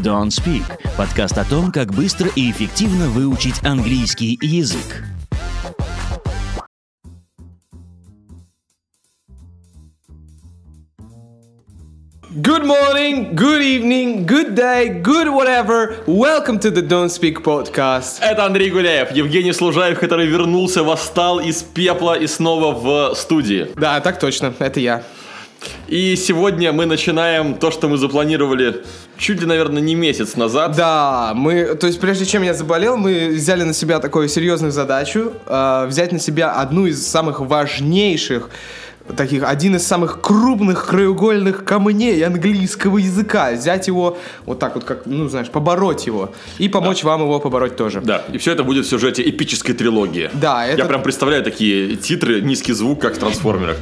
Don't Speak – подкаст о том, как быстро и эффективно выучить английский язык. Good morning, good evening, good day, good whatever. Welcome to the Don't Speak podcast. Это Андрей Гуляев, Евгений Служаев, который вернулся, восстал из пепла и снова в студии. Да, так точно, это я. И сегодня мы начинаем то, что мы запланировали чуть ли, наверное, не месяц назад. Да, то есть прежде чем я заболел, мы взяли на себя такую серьезную задачу, взять на себя одну из самых важнейших, один из самых крупных краеугольных камней английского языка. Взять его вот так вот, как, побороть его. И помочь вам его побороть тоже. Да, и все это будет в сюжете эпической трилогии. Да, Я прям представляю такие титры, низкий звук, как в «Трансформерах».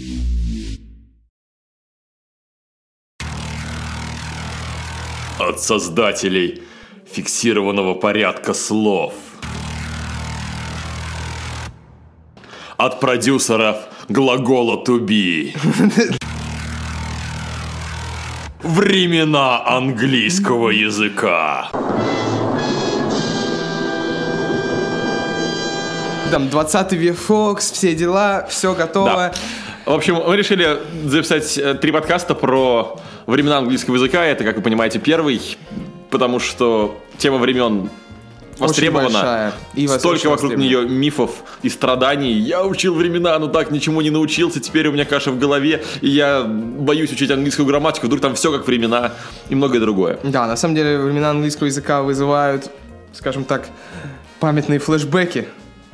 От создателей фиксированного порядка слов. От продюсеров глагола to be. Времена английского языка. Там 20 век Фокс, все дела, все готово. Да. В общем, мы решили записать 3 подкаста про времена английского языка. Это, как вы понимаете, первый, потому что тема времен востребована. Столько вокруг нее мифов и страданий. Я учил времена, но так ничему не научился. Теперь у меня каша в голове, и я боюсь учить английскую грамматику. Вдруг там все как времена и многое другое. Да, на самом деле времена английского языка вызывают, скажем так, памятные флешбеки.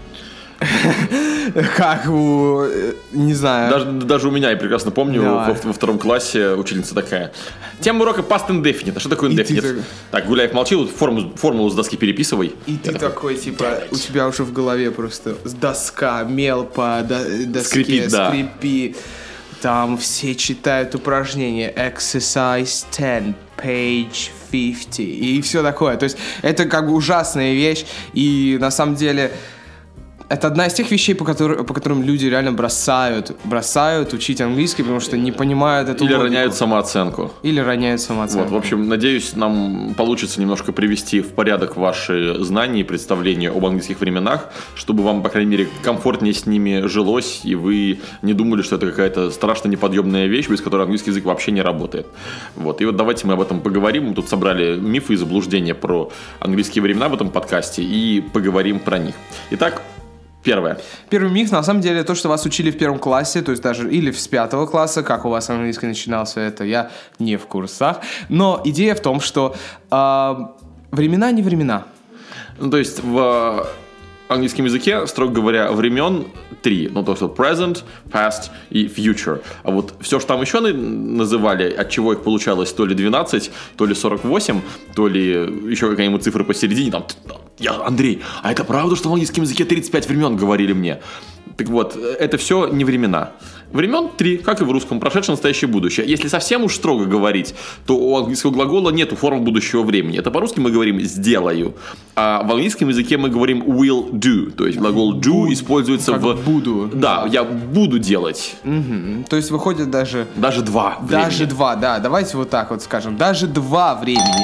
Как у... не знаю. Даже у меня, я прекрасно помню, во 2 классе учительница такая: тема урока past indefinite. А что такое indefinite? Так, Гуляев молчил, формулу с доски переписывай. И ты такой, типа, у тебя уже в голове просто доска, мел по доске, скрипит. Там все читают упражнения. Exercise 10, page 50. И все такое. То есть это как бы ужасная вещь. И на самом деле... это одна из тех вещей, по которым люди реально бросают учить английский, потому что не понимают эту логику. роняют самооценку. Вот, в общем, надеюсь, нам получится немножко привести в порядок ваши знания и представления об английских временах, чтобы вам, по крайней мере, комфортнее с ними жилось, и вы не думали, что это какая-то страшно неподъемная вещь, без которой английский язык вообще не работает. Вот, и вот давайте мы об этом поговорим. Мы тут собрали мифы и заблуждения про английские времена в этом подкасте и поговорим про них. Итак, Первый миф, на самом деле, то, что вас учили в 1 классе, то есть даже или с 5 класса, как у вас английский начинался, это я не в курсах. Но идея в том, что времена не времена. То есть в английском языке, строго говоря, времен 3. То, что present, past и future. А вот все, что там еще называли, от чего их получалось то ли 12, то ли 48, то ли еще какая-нибудь цифра посередине, Андрей, а это правда, что в английском языке 35 времен, говорили мне? Так вот, это все не времена. Времен 3, как и в русском: прошедшее, настоящее, будущее. Если совсем уж строго говорить, то у английского глагола нету формы будущего времени. Это по-русски мы говорим «сделаю», а в английском языке мы говорим «will do». То есть глагол «do» используется как «буду». Да, я буду делать. Угу. То есть выходит даже 2 времени. Даже 2, да. Давайте вот так вот скажем. Даже 2 времени.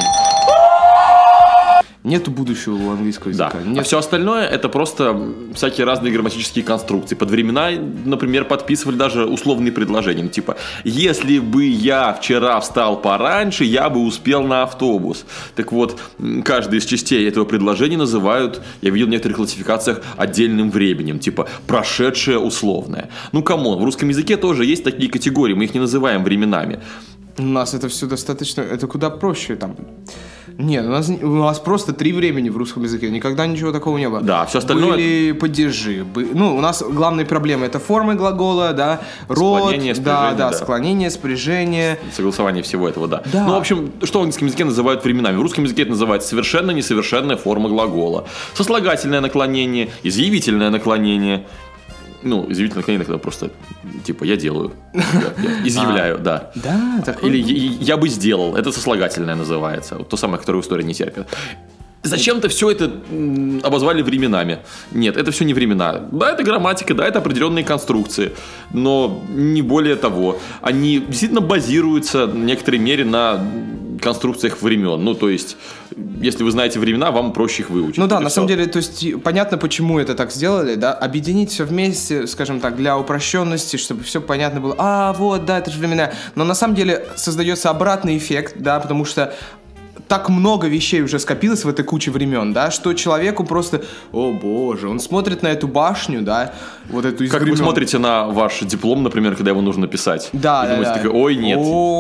Нету будущего у английского языка. Да. А все остальное это просто всякие разные грамматические конструкции. Под времена, например, подписывали даже условные предложения. Типа, если бы я вчера встал пораньше, я бы успел на автобус. Так вот, каждая из частей этого предложения называют, я видел в некоторых классификациях, отдельным временем. Типа, прошедшее условное. Камон, в русском языке тоже есть такие категории, мы их не называем временами. У нас это все достаточно, это куда проще там. Нет, у нас просто 3 времени в русском языке. Никогда ничего такого не было. Да, все остальное... Были падежи. У нас главные проблемы — это формы глагола, да, род, склонение, спряжение, склонение, спряжение. Согласование всего этого, да. В общем, что в английском языке называют временами? В русском языке это называется совершенно несовершенная форма глагола. Сослагательное наклонение, изъявительное наклонение. Изъявительное наклонение, когда просто, типа, я делаю. Я изъявляю, да. Да, такое. Или я бы сделал. Это сослагательное называется. То самое, которое в истории не терпит. Зачем-то все это обозвали временами. Нет, это все не времена. Да, это грамматика, да, это определенные конструкции, но не более того. Они действительно базируются в некоторой мере на конструкциях времен. Ну, то есть, если вы знаете времена, вам проще их выучить. Ну да, на самом деле, то есть, понятно, почему это так сделали, да, объединить все вместе, скажем так, для упрощенности, чтобы все понятно было, вот, да, это же времена. Но на самом деле создается обратный эффект, да, потому что так много вещей уже скопилось в этой куче времен, да, что человеку просто, о боже, он смотрит на эту башню, да, вот эту из как времен. Вы смотрите на ваш диплом, например, когда его нужно писать. Да, и думаете, такой, ой, нет.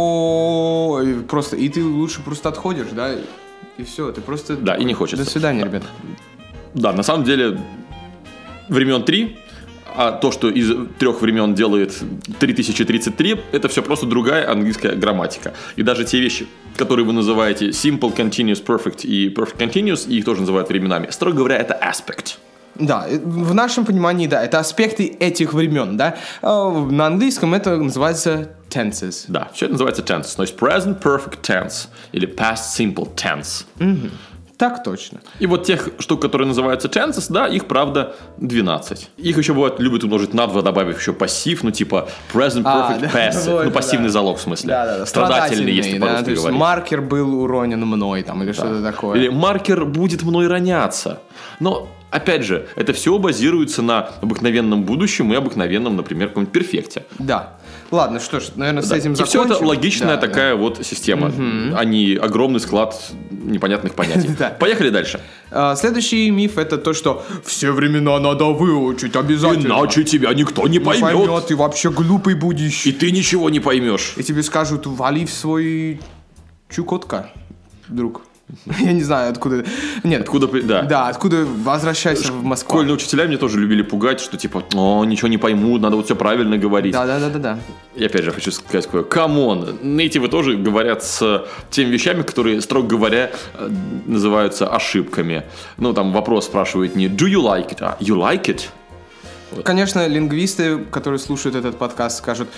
Просто, и ты лучше просто отходишь, да, и все, ты просто... Да, и не хочется. До свидания, ребят. Да, на самом деле, времен 3, а то, что из 3 времен делает 3033, это все просто другая английская грамматика. И даже те вещи, которые вы называете simple, continuous, perfect и perfect continuous, и их тоже называют временами, строго говоря, это aspect. Да, в нашем понимании, да, это аспекты этих времен, да. На английском это называется tenses. Да, все это называется tenses. То есть present perfect tense или past simple tense. Угу. Так точно. И вот тех штук, которые называются tenses, да, их, правда, 12. Их еще бывает любят умножить на 2, добавив еще пассив, ну, типа present perfect passive. Вот, ну, пассивный залог, в смысле. Да. Страдательный, если по-русски говорить. То есть маркер был уронен мной, там, или что-то такое. Или маркер будет мной роняться. Но, опять же, это все базируется на обыкновенном будущем и обыкновенном, например, каком-нибудь перфекте. Да. Ладно, что ж, наверное, с этим и закончим. И все это логичная такая вот система, а не огромный склад непонятных понятий. Поехали дальше. Следующий миф — это то, что все времена надо выучить обязательно. Иначе тебя никто не поймет. Ты вообще глупый будешь. И ты ничего не поймешь. И тебе скажут, вали в свой Чукотка, друг. Я не знаю, откуда... Нет. Откуда, да. Да, откуда возвращайся в Москву. Школьные учителя меня тоже любили пугать, что типа, ничего не поймут, надо вот все правильно говорить. Да. И опять же хочу сказать такое, камон, нейтивы тоже говорят с теми вещами, которые, строго говоря, называются ошибками. Ну, там вопрос спрашивают не do you like it, а you like it? Вот. Конечно, лингвисты, которые слушают этот подкаст, скажут,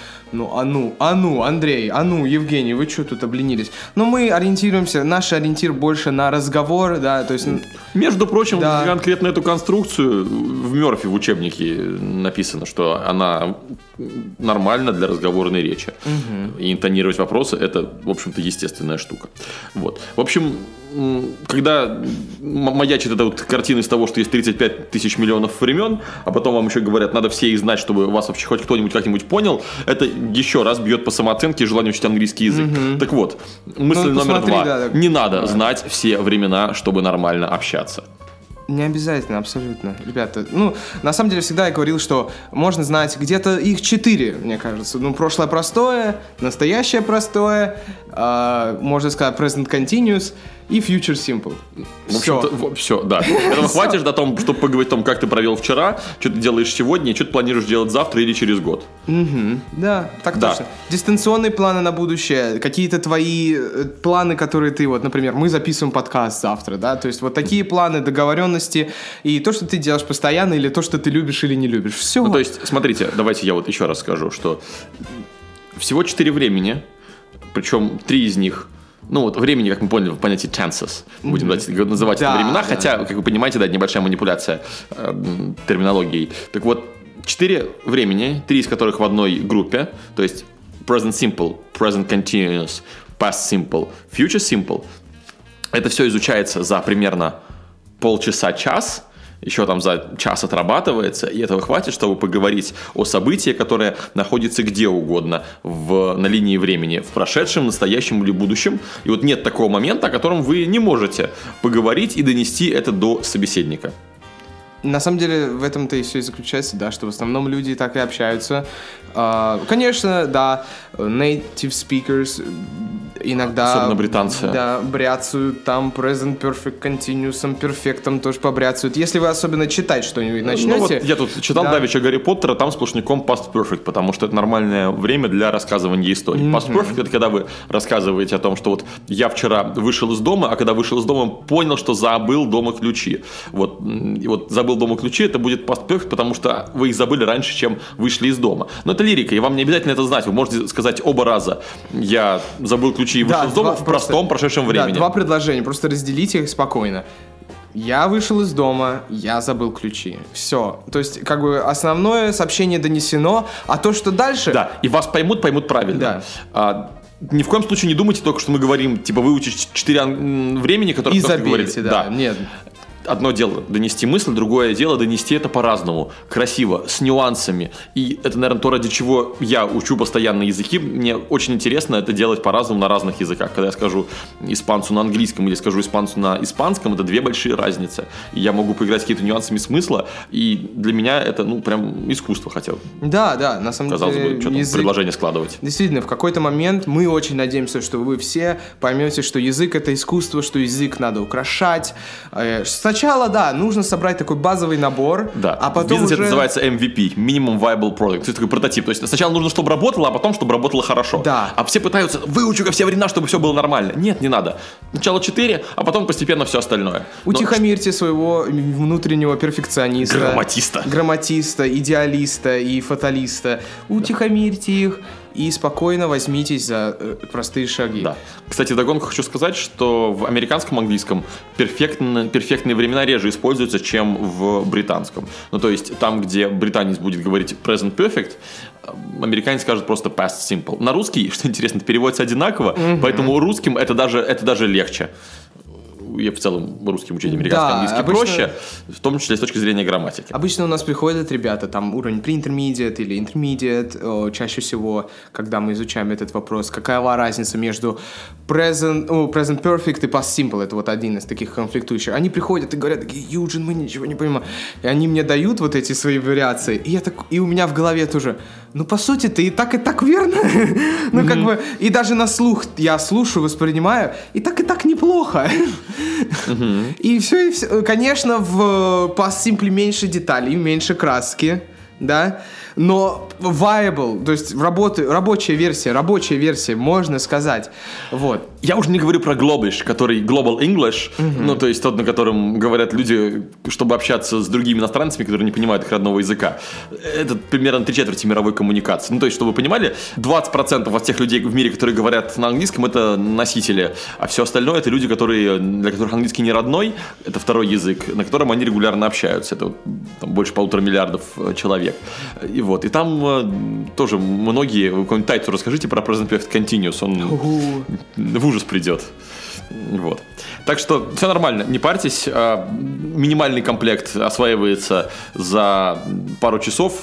Андрей, Евгений, вы что тут обленились? Но мы ориентируемся, наш ориентир больше на разговор, да, то есть... Между прочим, конкретно эту конструкцию в Мёрфи в учебнике написано, что она нормальна для разговорной речи. Угу. И интонировать вопросы – это, в общем-то, естественная штука. Вот. В общем, когда маячит эта вот картина из того, что есть 35 тысяч миллионов времен, а потом вам еще говорят, надо все их знать, чтобы вас вообще хоть кто-нибудь как-нибудь понял, это еще раз бьет по самооценке и желанию учить английский язык. Угу. Так вот, мысль номер 2. Не надо знать все времена, чтобы нормально общаться. Не обязательно, абсолютно. Ребята, на самом деле всегда я говорил, что можно знать где-то их 4, мне кажется. Прошлое простое, настоящее простое, можно сказать present continuous и future simple. Все, да. Этого хватит о том, чтобы поговорить о том, как ты провел вчера, что ты делаешь сегодня и что ты планируешь делать завтра или через год. Угу. Да, так точно. Дистанционные планы на будущее, какие-то твои планы, которые ты, вот, например, мы записываем подкаст завтра, да, то есть вот такие планы, договоренности и то, что ты делаешь постоянно или то, что ты любишь или не любишь. Все. То есть, смотрите, давайте я вот еще раз скажу, что всего 4 времени, причем 3 из них. Времени, как мы поняли, в понятии tenses. Будем называть это времена, хотя, как вы понимаете, это небольшая манипуляция терминологией. Так вот, 4 времени, 3 из которых в одной группе, то есть present simple, present continuous, past simple, future simple. Это все изучается за примерно полчаса-час, еще там за час отрабатывается, и этого хватит, чтобы поговорить о событии, которое находится где угодно на линии времени, в прошедшем, настоящем или будущем. И вот нет такого момента, о котором вы не можете поговорить и донести это до собеседника. На самом деле в этом-то и все и заключается, да, что в основном люди так и общаются. Конечно, да, native speakers иногда... Особенно британцы. Да, бряцают там present perfect continuous, перфектом тоже побряцают. Если вы особенно читать что-нибудь начнете... Я тут читал давеча Гарри Поттера, там сплошняком past perfect, потому что это нормальное время для рассказывания истории. Past perfect — это когда вы рассказываете о том, что вот я вчера вышел из дома, а когда вышел из дома, понял, что забыл дома ключи. Вот забыл дома ключи, это будет past perfect, потому что вы их забыли раньше, чем вышли из дома. Но это лирика, и вам не обязательно это знать. Вы можете сказать оба раза: я забыл ключи и вышел из дома в простом прошедшем времени. Да, 2 предложения, просто разделите их спокойно. Я вышел из дома, я забыл ключи. Все. То есть, основное сообщение донесено, а то, что дальше... Да, и вас поймут правильно. Да. ни в коем случае не думайте только, что мы говорим, типа, выучить 4 времени, которые просто говорили. Да, нет. Одно дело донести мысль, другое дело донести это по-разному, красиво, с нюансами. И это, наверное, то, ради чего я учу постоянно языки. Мне очень интересно это делать по-разному на разных языках. Когда я скажу испанцу на английском или скажу испанцу на испанском, это две большие разницы. И я могу поиграть с какими-то нюансами смысла, и для меня это, прям искусство хотя бы. Да, на самом деле. Казалось бы, что там предложение складывать. Действительно, в какой-то момент мы очень надеемся, что вы все поймете, что язык — это искусство, что язык надо украшать. Сначала, да, нужно собрать такой базовый набор, да. А потом в бизнесе уже... это называется MVP, Minimum Viable Product, то есть такой прототип. То есть сначала нужно, чтобы работало, а потом, чтобы работало хорошо. Да. А все пытаются, выучу ко все времена, чтобы все было нормально. Нет, не надо. Сначала 4, а потом постепенно все остальное. Утихомирьте своего внутреннего перфекциониста. Грамматиста, идеалиста и фаталиста. Утихомирьте их. И спокойно возьмитесь за простые шаги. Да. Кстати, вдогонку хочу сказать, что в американском английском перфектные времена реже используются, чем в британском. То есть там, где британец будет говорить present perfect, американец скажет просто past simple. На русский, что интересно, переводится одинаково, поэтому русским это даже легче. Я в целом русским учить американский английский проще, в том числе с точки зрения грамматики. Обычно у нас приходят ребята, там уровень pre-intermediate или intermediate, чаще всего, когда мы изучаем этот вопрос, какова разница между present perfect и past simple, это вот один из таких конфликтующих. Они приходят и говорят, Юджин, мы ничего не понимаем. И они мне дают вот эти свои вариации, и у меня в голове тоже, по сути-то и так верно. Как бы, и даже на слух я слушаю, воспринимаю, и так неплохо. И все. Конечно, в past simple меньше деталей, меньше краски, да, но viable, то есть рабочая версия, можно сказать. Вот. Я уже не говорю про Globish, который Global English, то есть тот, на котором говорят люди, чтобы общаться с другими иностранцами, которые не понимают их родного языка. Это примерно 3/4 мировой коммуникации. То есть, чтобы вы понимали, 20% от тех людей в мире, которые говорят на английском, это носители, а все остальное это люди, для которых английский не родной, это второй язык, на котором они регулярно общаются. Это там, больше 1,5 миллиарда человек. И там тоже многие, вы какой-нибудь тайцу расскажите про Present Perfect Continuous, он в ужас придет. Вот. Так что все нормально, не парьтесь, минимальный комплект осваивается за пару часов,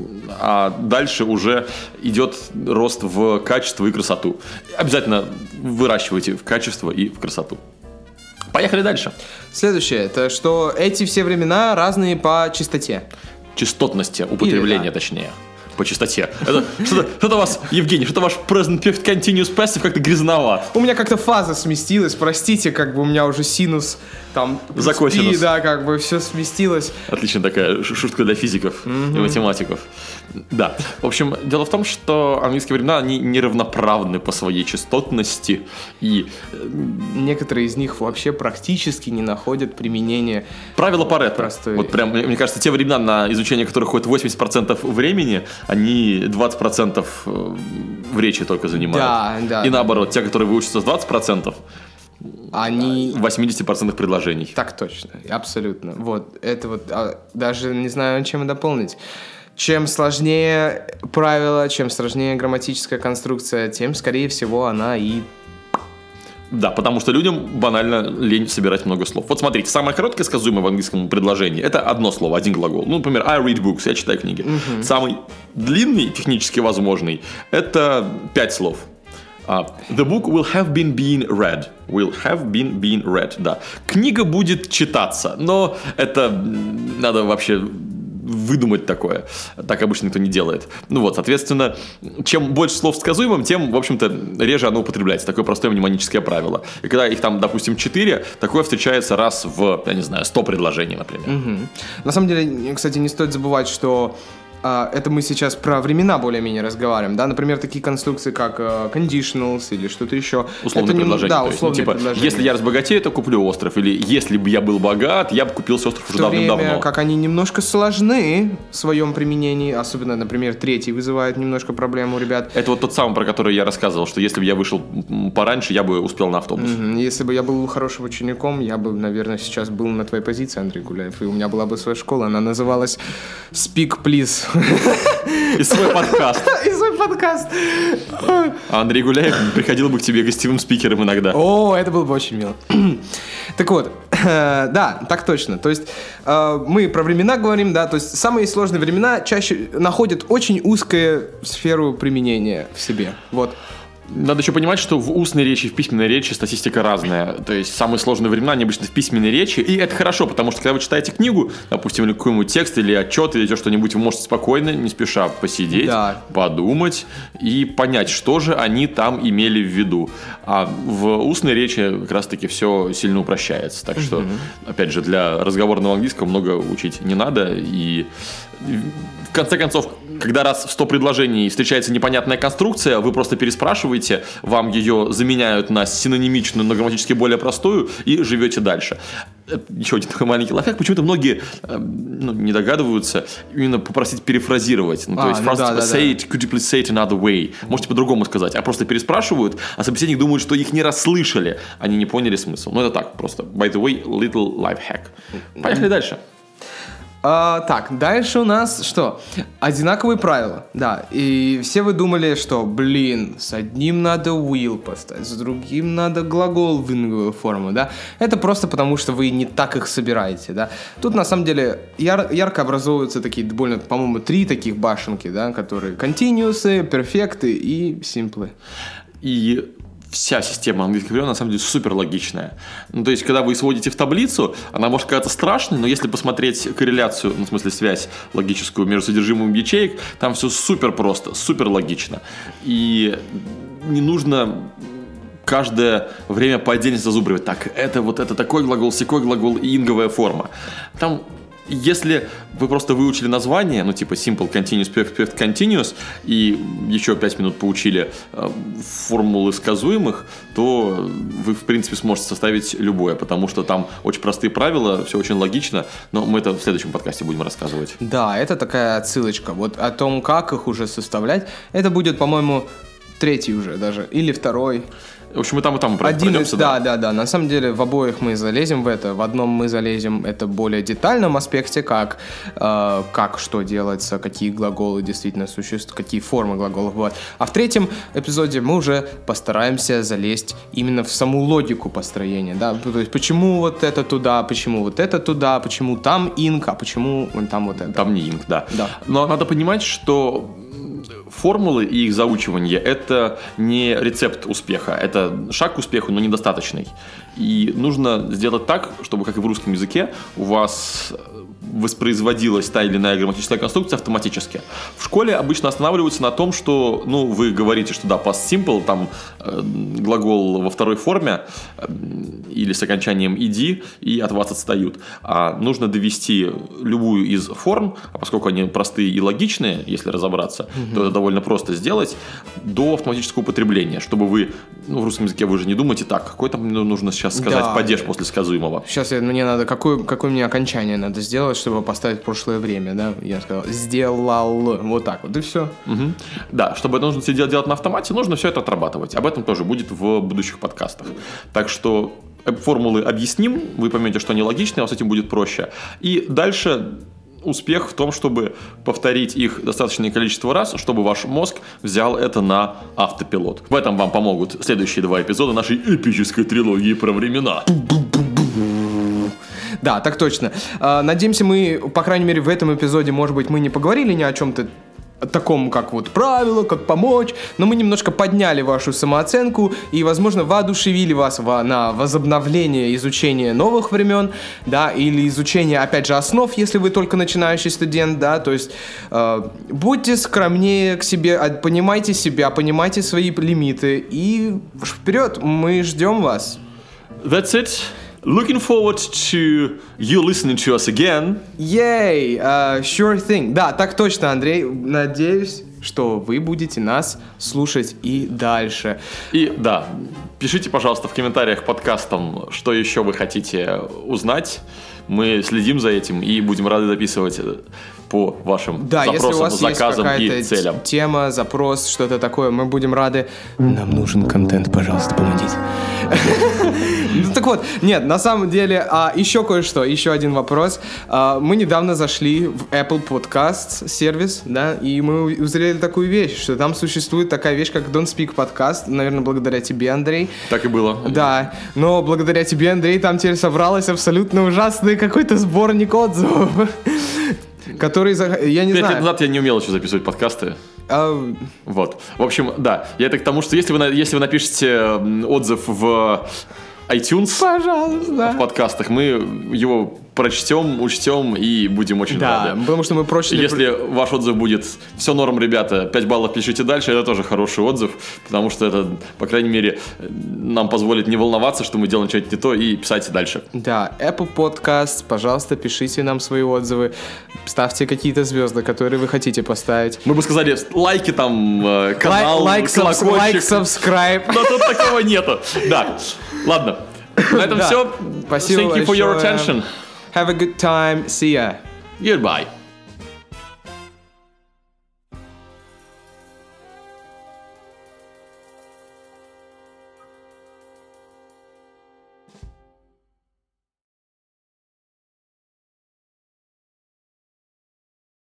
а дальше уже идет рост в качество и красоту. Обязательно выращивайте в качество и в красоту. Поехали дальше. Следующее, это что эти все времена разные по частоте. Частотности употребления, точнее. По частоте. Это что-то у вас, Евгений, что-то ваш present perfect continuous passive как-то грязноват. У меня как-то фаза сместилась, простите, как бы у меня уже синус там... За косинус. Да, как бы все сместилось. Отлично, такая шутка для физиков и математиков. Да. В общем, дело в том, что английские времена, они неравноправны по своей частотности, и... Некоторые из них вообще практически не находят применения. Правило Паретто. Вот прям, мне кажется, те времена, на изучение которых ходит 80% времени, они 20% в речи только занимают. Да. И наоборот, те, которые выучатся с 20%, они... 80% предложений. Так точно, абсолютно. Вот, это вот, даже не знаю, чем дополнить. Чем сложнее правило, чем сложнее грамматическая конструкция, тем, скорее всего, она и... Да, потому что людям банально лень собирать много слов. Вот смотрите, самое короткое сказуемое в английском предложении — это одно слово, один глагол. Например, I read books, я читаю книги. Самый длинный, технически возможный, это 5 слов. The book will have been read. Will have been read, да. Книга будет читаться, но это надо вообще... выдумать такое. Так обычно никто не делает. Соответственно, чем больше слов сказуемым, тем, в общем-то, реже оно употребляется. Такое простое мнемоническое правило. И когда их там, допустим, 4, такое встречается раз в, 100 предложений, например. На самом деле, кстати, не стоит забывать, что это мы сейчас про времена более-менее разговариваем, да, например, такие конструкции, как conditionals или что-то еще. Условное предложение. Да, условное предложение. Если я разбогатею, то куплю остров. Или если бы я был богат, я бы купил остров уже давным-давно. В то время как они немножко сложны в своем применении, особенно, например, 3 вызывает немножко проблему у ребят. Это вот тот самый, про который я рассказывал, что если бы я вышел пораньше, я бы успел на автобус. Если бы я был хорошим учеником, я бы, наверное, сейчас был на твоей позиции, Андрей Гуляев, и у меня была бы своя школа, она называлась Speak Please. И свой подкаст. И свой подкаст. А Андрей Гуляев приходил бы к тебе гостевым спикером иногда. О, это было бы очень мило. Так вот, да, так точно. То есть мы про времена говорим, да, то есть самые сложные времена чаще находят очень узкую сферу применения в себе. Вот. Надо еще понимать, что в устной речи и в письменной речи статистика разная. То есть самые сложные времена, они обычно в письменной речи. И это хорошо, потому что когда вы читаете книгу, допустим, или какой-нибудь текст, или отчет, или что-нибудь, вы можете спокойно, не спеша посидеть, подумать и понять, что же они там имели в виду. А в устной речи как раз-таки все сильно упрощается. Так что, опять же, для разговорного английского много учить не надо. И в конце концов, когда раз в 100 предложений встречается непонятная конструкция, вы просто переспрашиваете, вам ее заменяют на синонимичную, но грамматически более простую, и живете дальше. Еще один такой маленький лайфхак. Почему-то многие не догадываются именно попросить перефразировать. То есть фраза типа say it, could you please say it another way? Можете по-другому сказать. А просто переспрашивают, а собеседник думает, что их не расслышали. Они не поняли смысл. Это так, просто by the way, little life hack. Поехали дальше. Так, дальше у нас что? Одинаковые правила, да. И все вы думали, что, с одним надо will поставить, с другим надо глагол в инговую форму, да. Это просто потому, что вы не так их собираете, да. Тут, на самом деле, ярко образовываются такие, довольно, по-моему, 3 таких башенки, да, которые continuous, перфекты и simple. И вся система английских времен на самом деле супер логичная. То есть, когда вы сводите в таблицу, она может казаться страшной, но если посмотреть корреляцию, в смысле связь логическую между содержимым ячеек, там все супер просто, супер логично. И не нужно каждое время по отдельности зазубривать. Так, это такой глагол, сякой глагол и инговая форма. Там, если вы просто выучили название, типа simple, continuous, perfect, continuous, и еще 5 минут поучили формулы сказуемых, то вы, в принципе, сможете составить любое, потому что там очень простые правила, все очень логично, но мы это в следующем подкасте будем рассказывать. Да, это такая отсылочка. Вот о том, как их уже составлять, это будет, по-моему, 3-й уже даже, или 2-й. В общем, и там пройдемся. Да. На самом деле, в обоих мы залезем в это. В одном мы залезем это в более детальном аспекте, как что делается, какие глаголы действительно существуют, какие формы глаголов бывают. А в 3-м эпизоде мы уже постараемся залезть именно в саму логику построения. Да? То есть, почему вот это туда, почему вот это туда, почему там инк, а почему там вот это. Там не инк, да. Но надо понимать, что формулы и их заучивание – это не рецепт успеха, это шаг к успеху, но недостаточный. И нужно сделать так, чтобы, как и в русском языке, у вас воспроизводилась та или иная грамматическая конструкция автоматически. В школе обычно останавливаются на том, что, вы говорите, что да, past simple, там глагол во второй форме или с окончанием ed, и от вас отстают. А нужно довести любую из форм, а поскольку они простые и логичные, если разобраться, то это довольно просто сделать, до автоматического употребления, чтобы вы, в русском языке вы же не думаете, так, какой там нужно сейчас сказать падеж после сказуемого. Сейчас мне надо, какое мне окончание надо сделать, чтобы поставить прошлое время, да? Я сказал, сделал, вот так вот, и все. Да, чтобы это нужно все делать на автомате, нужно все это отрабатывать. Об этом тоже будет в будущих подкастах. Так что формулы объясним, вы поймете, что они логичные, а с этим будет проще. И дальше успех в том, чтобы повторить их достаточное количество раз, чтобы ваш мозг взял это на автопилот. В этом вам помогут следующие 2 эпизода нашей эпической трилогии про времена. Да, так точно. Надеемся, мы, по крайней мере, в этом эпизоде, может быть, мы не поговорили ни о чем-то таком, как вот правила, как помочь, но мы немножко подняли вашу самооценку и, возможно, воодушевили вас на возобновление изучения новых времен, да, или изучение, опять же, основ, если вы только начинающий студент, да, то есть будьте скромнее к себе, понимайте себя, понимайте свои лимиты и вперед, мы ждем вас. That's it. Looking forward to you listening to us again. Yay! Sure thing. Да, так точно, Андрей. Надеюсь, что вы будете нас слушать и дальше. И да, пишите, пожалуйста, в комментариях к подкастам, что еще вы хотите узнать. Мы следим за этим и будем рады записывать по вашим запросам, заказам и целям. Тема, запрос, что-то такое, мы будем рады. Нам нужен контент, пожалуйста, помогите. Ну так вот, нет, на самом деле, еще кое-что, еще один вопрос. Мы недавно зашли в Apple Podcast сервис, да, и мы узрели такую вещь, что там существует такая вещь, как Don't Speak Podcast, наверное, благодаря тебе, Андрей. Так и было. Да, но благодаря тебе, Андрей, там теперь собралось абсолютно ужасный какой-то сборник отзывов, который, я не знаю... 5 лет назад я не умел еще записывать подкасты. Вот. В общем, да. Я это к тому, что если вы напишете отзыв в iTunes, пожалуйста, в подкастах, мы его прочтем, учтем и будем очень рады. Да, потому что мы прочли... Если ваш отзыв будет «Все норм, ребята, 5 баллов пишите дальше», это тоже хороший отзыв, потому что это, по крайней мере, нам позволит не волноваться, что мы делаем что-то не то, и писать дальше. Да, Apple Podcast, пожалуйста, пишите нам свои отзывы, ставьте какие-то звезды, которые вы хотите поставить. Мы бы сказали лайки там, канал, колокольчик. Лайк, subscribe. Но тут такого нету. Да, ладно. На этом все. Спасибо Thank you for your attention. Have a good time. See ya. Goodbye.